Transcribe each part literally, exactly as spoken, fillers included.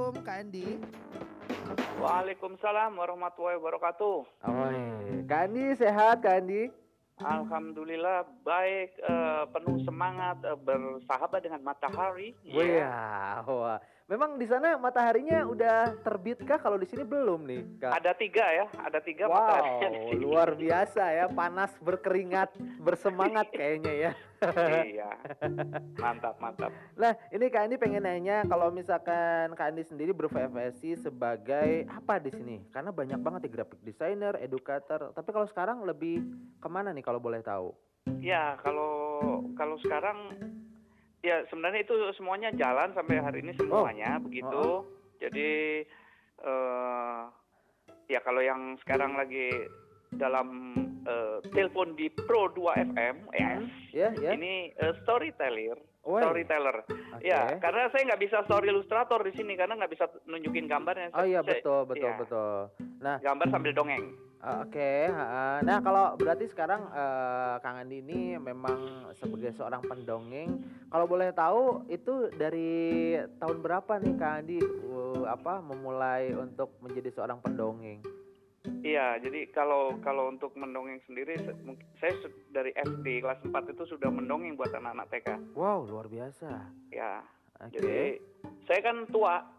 Assalamualaikum Kak Andi. Waalaikumsalam warahmatullahi wabarakatuh. Oh, Kak Andi sehat Kak Andi? Alhamdulillah baik, eh, penuh semangat, eh, bersahabat dengan matahari. Wih, Ya, ya, wah. Memang di sana mataharinya udah terbit kah? Kalau di sini belum nih, Kak. ada tiga ya, ada tiga mataharinya di Wow, sini. luar biasa ya, panas berkeringat, bersemangat kayaknya ya. Iya, mantap mantap. Nah, ini Kak Andi pengen nanya kalau misalkan Kak Andi sendiri berprofesi sebagai apa di sini? Karena banyak banget ya graphic designer, educator. Tapi kalau sekarang lebih kemana nih kalau boleh tahu? Ya, kalau kalau sekarang ya sebenarnya itu semuanya jalan sampai hari ini semuanya begitu. Oh. Jadi eh ya kalau yang sekarang lagi dalam eh, telepon di Pro dua F M, yes. Ya, ya. Ini eh, storyteller, Woi. storyteller. Oke. Ya, karena saya nggak bisa story illustrator di sini karena nggak bisa nunjukin gambarnya. Oh iya, Saya- betul, betul, ya, betul. Nah, gambar sambil dongeng. Uh, Oke, ha-ha. Nah kalau berarti sekarang uh, Kang Andi ini memang sebagai seorang pendongeng. Kalau boleh tahu itu dari tahun berapa nih Kang Andi uh, apa memulai untuk menjadi seorang pendongeng? Iya, jadi kalau kalau untuk mendongeng sendiri, se- mungkin saya su- dari S D kelas empat itu sudah mendongeng buat anak-anak T K. Wow, luar biasa. Ya, Oke. jadi saya kan tua.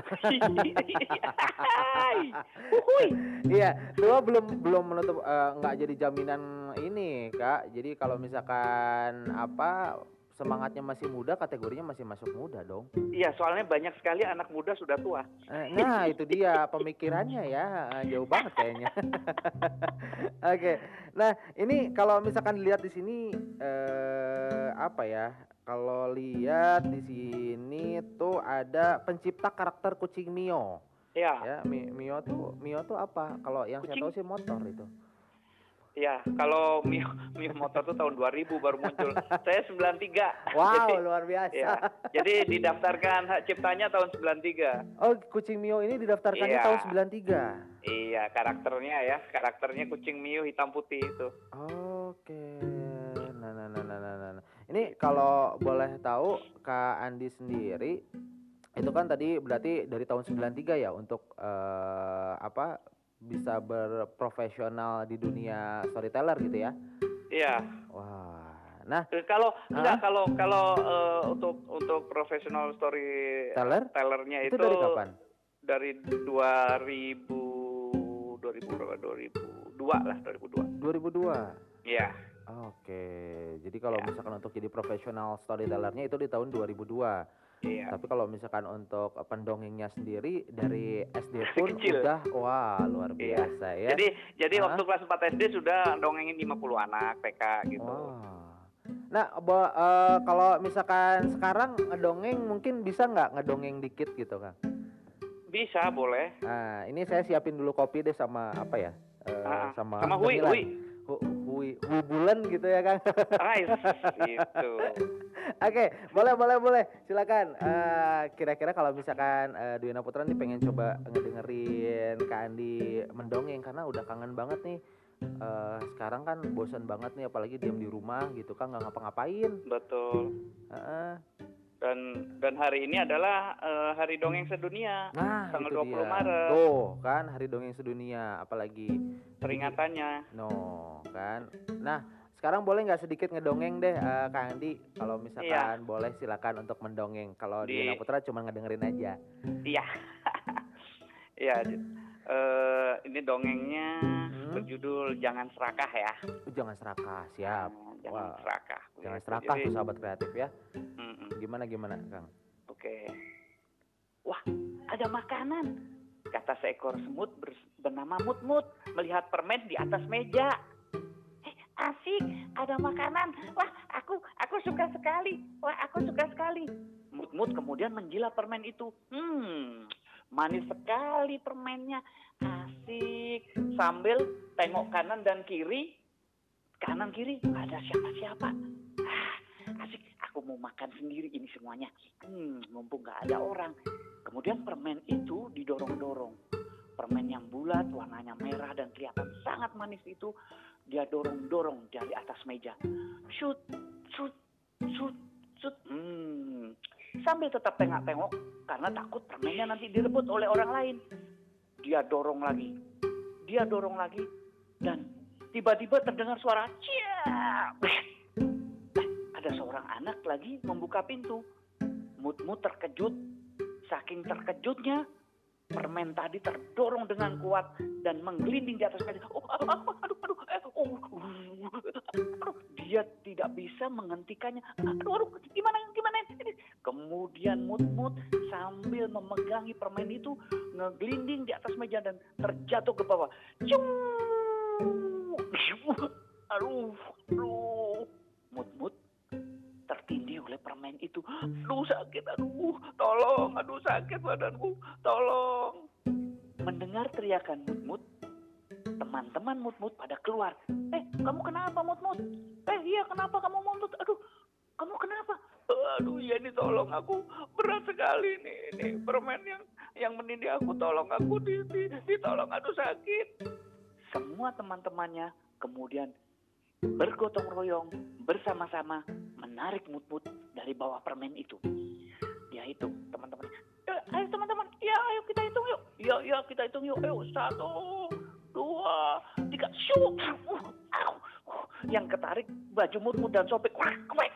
Uhuy. Iya, tua belum belum menutup uh, nggak jadi jaminan ini Kak. Jadi kalau misalkan apa semangatnya masih muda, kategorinya masih masuk muda dong. Iya, soalnya banyak sekali anak muda sudah tua. Eh, Nah itu dia pemikirannya ya, eh, jauh banget kayaknya. Oke, nah ini kalau misalkan dilihat di sini eh, apa ya? Kalau lihat di sini tuh ada pencipta karakter kucing Mio. Iya, Ya, Mi- Mio tuh Mio tuh apa? Kalau yang saya Kucing? tahu sih motor itu. iya. Kalau Mio, Mio Motor tuh tahun dua ribu baru muncul. Saya sembilan tiga. Wow, Jadi, luar biasa. ya. Jadi didaftarkan hak ciptanya tahun sembilan tiga. Oh, kucing Mio ini didaftarkannya Iya. tahun sembilan tiga. Iya, karakternya ya, karakternya kucing Mio hitam putih itu. Oke. Nah, nah, nah, nah, nah, nah. Ini kalau boleh tahu Kak Andi sendiri itu kan tadi berarti dari tahun sembilan tiga ya untuk eh, apa bisa berprofesional di dunia storyteller gitu ya. Iya. Wah. Nah, Eh, Kalau enggak Hah? kalau kalau eh, untuk untuk profesional story Teller? tellernya Itu itu, dari kapan? dari dua ribu dua ribu berapa? dua ribu dua lah, dua ribu dua. dua ribu dua. Iya. Oke. Jadi kalau Ya. misalkan untuk jadi profesional storytellernya itu di tahun dua ribu dua. Iya. Tapi kalau misalkan untuk pendongengnya sendiri dari S D pun Kecil. udah wah luar Iya. biasa ya. Jadi jadi Hah? waktu kelas empat S D sudah dongengin lima puluh anak T K gitu. Wah. Nah, bo- eh, kalau misalkan sekarang ngedongeng mungkin bisa nggak ngedongeng dikit gitu Kang? Bisa, boleh. Nah, ini saya siapin dulu kopi deh sama apa ya? Eh, Ah, sama sama Hui, cemilan. Hui. Hu- Hui, hubulan gitu ya Kang. Nice. Gitu. Oke, boleh boleh boleh. Silakan. Eh, kira-kira kalau misalkan eh, Dwi Putra nih pengen coba ngedengerin Kak Andi mendongeng karena udah kangen banget nih. Eh, sekarang kan bosan banget nih apalagi diam di rumah gitu kan nggak ngapa-ngapain. Betul. Heeh. Dan dan hari ini adalah eh, Hari Dongeng Sedunia. Nah, tanggal itu dua puluh dia. Maret. Tuh, kan Hari Dongeng Sedunia apalagi Peringatannya. no, kan. Nah, sekarang boleh nggak sedikit ngedongeng deh eh, Kak Andi kalau misalkan boleh silakan untuk mendongeng. Kalau Di- Dwi Putra cuma ngedengerin aja. Iya. Iya. eh, ini dongengnya Hmm. berjudul Jangan Serakah ya. Uh, jangan serakah, siap. Nah, jangan Wah, serakah. jangan Gitu. serakah Jadi, tuh sahabat kreatif ya. mm-mm. Gimana gimana, Kang? Oke. Wah, ada makanan. Kata seekor semut bers- bernama Mut-Mut melihat permen di atas meja. Eh, asik, ada makanan. Wah, aku aku suka sekali. Wah, aku suka sekali. Mut-Mut kemudian menjilat permen itu. Hmm, manis sekali permennya. Asik. Sambil tengok kanan dan kiri. Kanan kiri nggak ada siapa-siapa. Ah, asik. Aku mau makan sendiri ini semuanya. Hmm, mumpung nggak ada orang. Kemudian permen itu didorong-dorong. Permen yang bulat, warnanya merah dan kelihatan sangat manis itu dia dorong-dorong dari atas meja. Shoot, shoot, shoot, shoot. Hmm, sambil tetap tengok-tengok karena takut permennya nanti direbut oleh orang lain. Dia dorong lagi, dia dorong lagi, dan tiba-tiba terdengar suara ciak. Eh, ada seorang anak lagi membuka pintu. Mut-Mut terkejut, saking terkejutnya permen tadi terdorong dengan kuat dan menggelinding di atas meja. Oh, aduh, aduh, aduh, aduh, eh, oh, aduh, dia tidak bisa menghentikannya. Aduh, aduh, gimana, gimana ini? Kemudian Mut-Mut sambil memegangi permen itu ngegelinding di atas meja dan terjatuh ke bawah. Cung! Aduh, aduh, Mut-Mut tertindih oleh permen itu. Aduh sakit, aduh, tolong, aduh sakit badanku, tolong. Mendengar teriakan Mut-Mut, teman-teman Mut-Mut pada keluar. Eh, kamu kenapa Mut-Mut? Eh, iya kenapa kamu Mut-Mut? Aduh, kamu kenapa? Aduh, iya ini tolong aku, berat sekali nih, ini permen yang yang menindih aku, tolong aku, di, di, ditolong, aduh sakit. Semua teman-temannya kemudian bergotong royong bersama-sama menarik Mut-Mut dari bawah permen itu. Dia hitung teman-teman. Ya, ayo teman-teman, ya ayo kita hitung yuk. Ya, ya kita hitung yuk. Ayo satu, dua, tiga. Syuk. Uh, uh, uh. Yang ketarik baju Mut-Mut dan sobek. Wah, wah.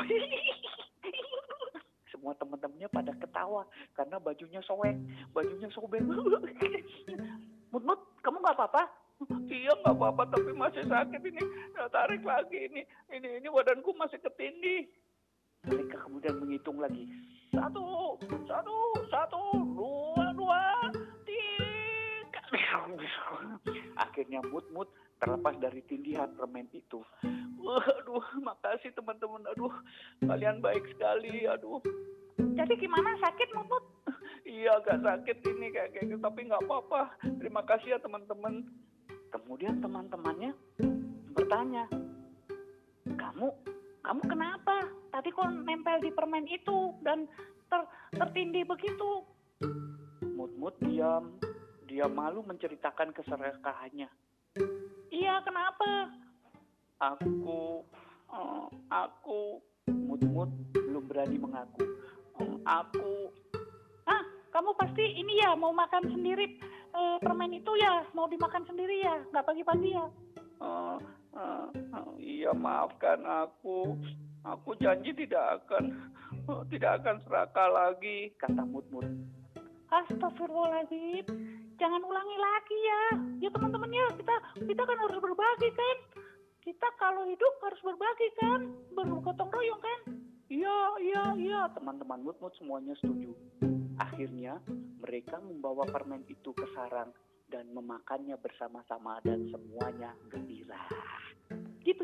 Semua teman-temannya pada ketawa karena bajunya sobek, bajunya sobek. Mut-Mut, kamu nggak apa-apa? Iya nggak apa-apa tapi masih sakit ini. Nah, tarik lagi ini, ini ini badanku masih ketindih. Mereka kemudian menghitung lagi. Satu, satu, satu, dua, dua, tiga. Akhirnya Mut-Mut terlepas dari tindihan permen itu. Waduh, makasih teman-teman. Aduh, kalian baik sekali. Aduh. Jadi gimana, sakit Mut-Mut? Iya agak sakit ini kayak kayak gitu, tapi nggak apa-apa. Terima kasih ya teman-teman. Kemudian teman-temannya bertanya, kamu, kamu kenapa? Tadi kok nempel di permen itu dan ter, tertindih begitu? Mut-Mut diam, dia malu menceritakan keserakahannya. Iya kenapa? Aku, uh, aku, Mut-Mut belum berani mengaku. Uh, aku, ah kamu pasti ini ya mau makan sendiri. Eh, permen itu ya mau dimakan sendiri ya, nggak pagi-pagi ya? Uh, uh, uh, iya maafkan aku, aku janji tidak akan, uh, tidak akan serakah lagi, kata Mut-Mut. Astagfirullahaladzim, jangan ulangi lagi ya. Ya teman-teman ya, kita kita kan harus berbagi kan. Kita kalau hidup harus berbagi kan, bergotong royong kan. Iya, iya, iya, teman-teman Mut-Mut semuanya setuju. Akhirnya mereka membawa permen itu ke sarang dan memakannya bersama-sama dan semuanya gembira. Gitu.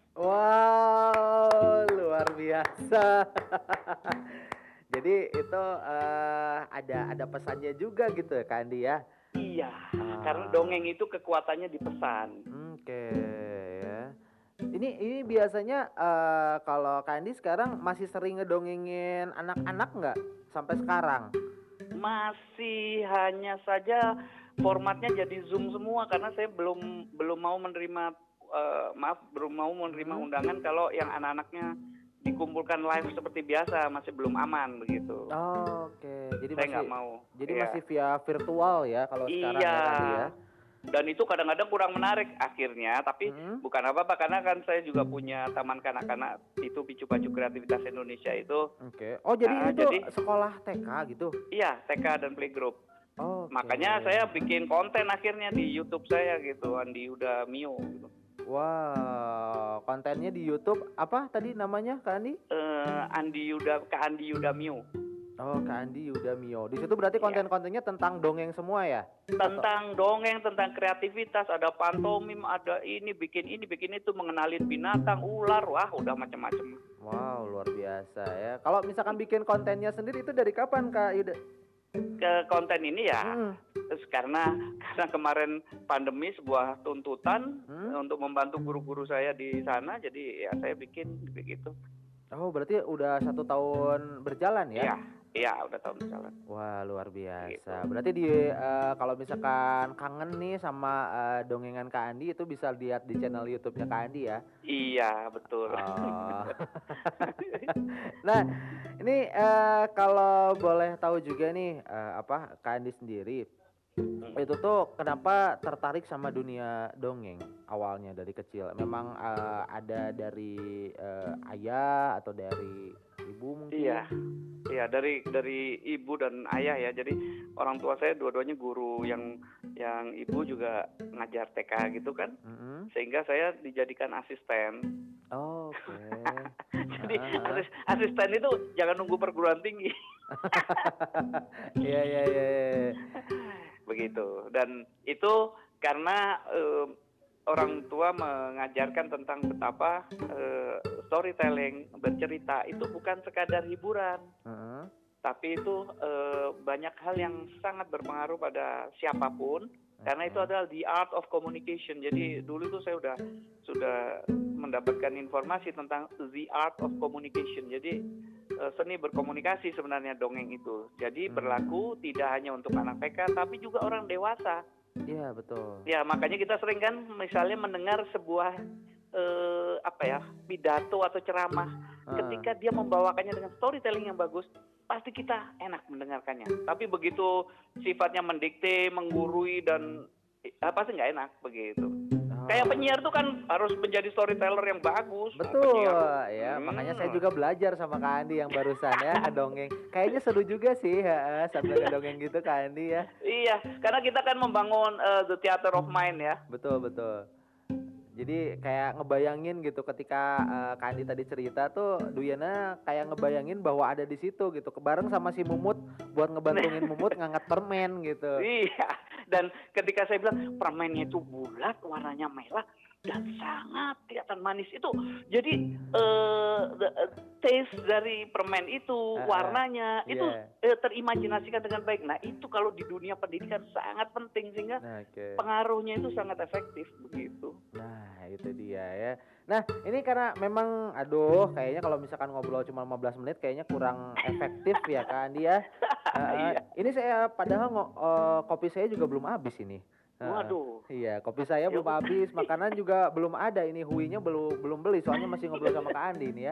Wow, luar biasa. Jadi itu uh, ada ada pesannya juga gitu Kak Andi ya? Iya, ah. Karena dongeng itu kekuatannya di pesan. Oke okay, ya. Ini ini biasanya uh, kalau Kak Andi sekarang masih sering ngedongengin anak-anak nggak sampai sekarang? Masih, hanya saja formatnya jadi Zoom semua karena saya belum belum mau menerima uh, maaf belum mau menerima hmm. undangan kalau yang anak-anaknya dikumpulkan live seperti biasa, masih belum aman begitu. Oh, oke. Okay. Jadi saya masih nggak mau. Jadi ya. masih via virtual ya kalau sekarang iya. ya Kak ya. Dan itu kadang-kadang kurang menarik akhirnya, tapi hmm. bukan apa-apa karena kan saya juga punya taman kanak-kanak itu Picu Pacu Kreativitas Indonesia itu. Oke. Okay. Oh jadi nah, itu jadi, sekolah T K gitu? Iya, T K dan playgroup. Oh. Okay. Makanya saya bikin konten akhirnya di YouTube saya gitu, Andi Yuda Mio gitu. Wow, kontennya di YouTube apa tadi namanya Kak Andi? Uh, Andi Yuda, Kak Andi Yuda Mio. Oh, Kak Andi Yuda Mio. Di situ berarti konten-kontennya tentang dongeng semua ya? Tentang Atau? dongeng, tentang kreativitas, ada pantomim, ada ini, bikin ini, bikin itu, mengenalin binatang, ular, wah udah macam-macam. Wow, luar biasa ya. Kalau misalkan bikin kontennya sendiri itu dari kapan Kak Yuda? Ke konten ini ya, hmm. terus karena karena kemarin pandemi sebuah tuntutan hmm? untuk membantu guru-guru saya di sana, jadi ya saya bikin begitu. Oh, berarti udah satu tahun berjalan ya? Iya, iya udah tahun berjalan. Wah, luar biasa. Gitu. Berarti di uh, kalau misalkan kangen nih sama uh, dongengan Kak Andi itu bisa lihat di channel YouTube-nya Kak Andi ya? Iya, betul. Oh. Nah, ini Ini, eee, kalau boleh tahu juga nih, eee, apa, Kak Andi sendiri, itu Mhm. tuh kenapa tertarik sama dunia dongeng awalnya dari kecil? Memang, eee, ada dari, eee, ayah atau dari ibu Iya. mungkin? Iya, dari dari ibu dan ayah ya. Jadi orang tua saya dua-duanya guru, yang yang ibu juga ngajar T K gitu kan, Mhm. sehingga saya dijadikan asisten. Oke. Jadi Heeh heeh. asis asisten itu jangan nunggu perguruan tinggi. Iya iya iya iya iya. Begitu. Dan itu karena, eee, orang tua mengajarkan tentang betapa, eee, storytelling, bercerita itu bukan sekadar hiburan, Heeh. tapi itu, eee, banyak hal yang sangat berpengaruh pada siapapun, karena itu Oke. adalah the art of communication. Jadi dulu tuh saya udah sudah mendapatkan informasi tentang the art of communication. Jadi, eee, seni berkomunikasi sebenarnya dongeng itu. Jadi Mmm. berlaku tidak hanya untuk anak T K, tapi juga orang dewasa. Iya betul. Ya, makanya kita sering kan misalnya mendengar sebuah, eee, apa ya, pidato atau ceramah, Heeh. ketika dia membawakannya dengan storytelling yang bagus, pasti kita enak mendengarkannya. Tapi begitu sifatnya mendikte, menggurui dan i eee, pasti nggak enak, begitu. Kayak Oh. penyiar tuh kan harus menjadi storyteller yang bagus, oh Betul, penyiar ya makanya saya hmm. juga belajar sama Kak Andi yang barusan ya ngedongeng. Kayaknya seru juga sih, heeh, sambil ngedongeng gitu Kak Andi ya. Iya, karena kita kan membangun, eee, the theater of mind ya. Betul betul. Jadi kayak ngebayangin gitu ketika, eee, Kak Andi tadi cerita tuh Duyana kayak ngebayangin bahwa ada di situ gitu, ke bareng sama si Mumut buat ngebantuin Mumut ngangkat permen gitu. Iya, dan ketika saya bilang permennya itu bulat, warnanya merah dan sangat kelihatan manis itu. Jadi, eee, the eee, taste dari permen itu, Heeh, warnanya itu, iya. eee, terimajinasikan dengan baik. Nah, itu kalau di dunia pendidikan sangat penting sehingga Oke. pengaruhnya itu sangat efektif, begitu. Nah, itu dia ya. Nah, ini karena memang aduh kayaknya kalau misalkan ngobrol cuma lima belas menit kayaknya kurang efektif ya Kak Andi ya. Heeh, Iya. ini saya padahal ngo eee, kopi saya juga belum habis ini. Heeh. Waduh, Iya, kopi saya ya belum ud habis, makanan juga belum ada ini, huinya belum belum beli soalnya masih ngobrol sama Kak Andi ini ya.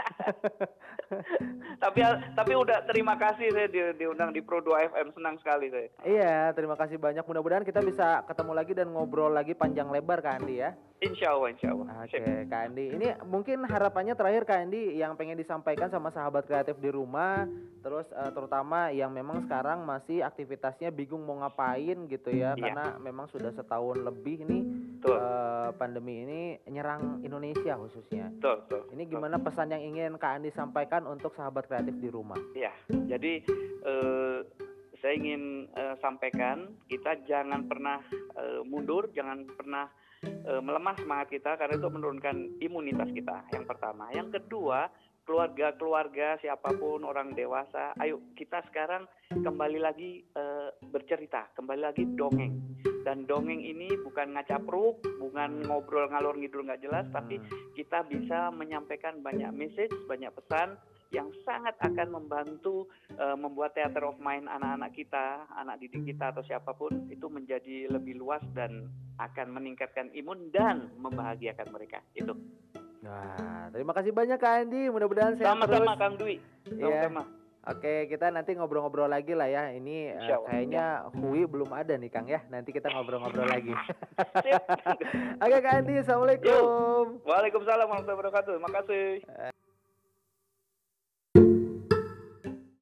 Tapi al tapi udah terima kasih saya di diundang di Pro dua F M, senang sekali saya. Iya, terima kasih banyak. Mudah-mudahan kita bisa ketemu lagi dan ngobrol lagi panjang lebar Kak Andi ya. Insya Allah insya Allah, sip. Oke, Kak Andi. Ini mungkin harapannya terakhir Kak Andi yang pengen disampaikan sama sahabat kreatif di rumah, terus eh, terutama yang memang sekarang masih aktivitasnya bingung mau ngapain gitu ya, Iya, karena memang sudah setahun lebih nih betul. eh, pandemi ini nyerang Indonesia khususnya. Betul betul Ini betul. gimana pesan yang ingin Kak Andi sampaikan untuk sahabat kreatif di rumah? Iya, jadi, eee, saya ingin, eee, sampaikan kita jangan pernah, eee, mundur, jangan pernah, eee, melemah semangat kita karena itu menurunkan imunitas kita, yang pertama. Yang kedua, keluarga-keluarga, siapapun orang dewasa, ayo kita sekarang kembali lagi, eee, bercerita, kembali lagi dongeng. Dan dongeng ini bukan ngacapruk, bukan Hmm, ngobrol ngalor ngidul nggak jelas, tapi hmm. kita bisa menyampaikan banyak message, banyak pesan yang sangat akan membantu, eee, membuat theater of mind anak-anak kita, anak didik kita atau siapapun itu menjadi lebih luas dan akan meningkatkan imun dan membahagiakan mereka, itu. Wah, terima kasih banyak Kak Andi. Mudah-mudahan sehat terus. Sama-sama Kang Dwi, Iya. sama-sama. Oke, kita nanti ngobrol-ngobrol lagi lah ya. Ini eh, Insya Allah, ya. kayaknya Hui belum ada nih Kang ya. Nanti kita ngobrol-ngobrol lagi. Sip. Oke Kak Andi, Yuk, Assalamualaikum. waalaikumsalam warahmatullahi wabarakatuh, makasih.